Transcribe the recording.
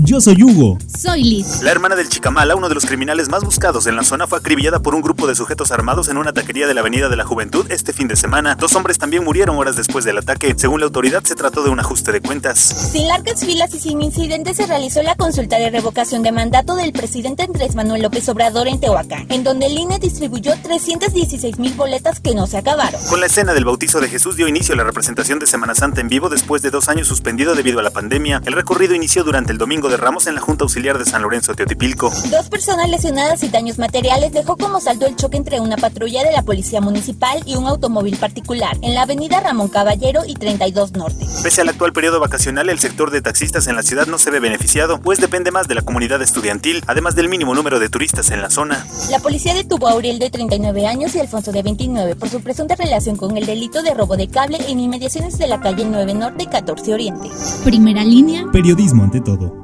Yo soy Hugo. Soy Liz. La hermana del Chicamala, uno de los criminales más buscados en la zona, fue acribillada por un grupo de sujetos armados en una taquería de la Avenida de la Juventud este fin de semana. 2 hombres también murieron horas después del ataque. Según la autoridad, se trató de un ajuste de cuentas. Sin largas filas y sin incidentes se realizó la consulta de revocación de mandato del presidente Andrés Manuel López Obrador en Tehuacán, en donde el INE distribuyó 316,000 boletas que no se acabaron. Con la escena del bautizo de Jesús dio inicio a la representación de Semana Santa en vivo después de 2 años suspendido debido a la pandemia. El recorrido inició durante el Domingo de Ramos en la Junta Auxiliar de San Lorenzo Teotipilco. 2 personas lesionadas y daños materiales dejó como saldo el choque entre una patrulla de la Policía Municipal y un automóvil particular en la avenida Ramón Caballero y 32 Norte. Pese al actual periodo vacacional, el sector de taxistas en la ciudad no se ve beneficiado, pues depende más de la comunidad estudiantil, además del mínimo número de turistas en la zona. La policía detuvo a Auriel de 39 años y Alfonso de 29 por su presunta relación con el delito de robo de cable en inmediaciones de la calle 9 Norte y 14 Oriente. Primera línea. Periodismo ante todo.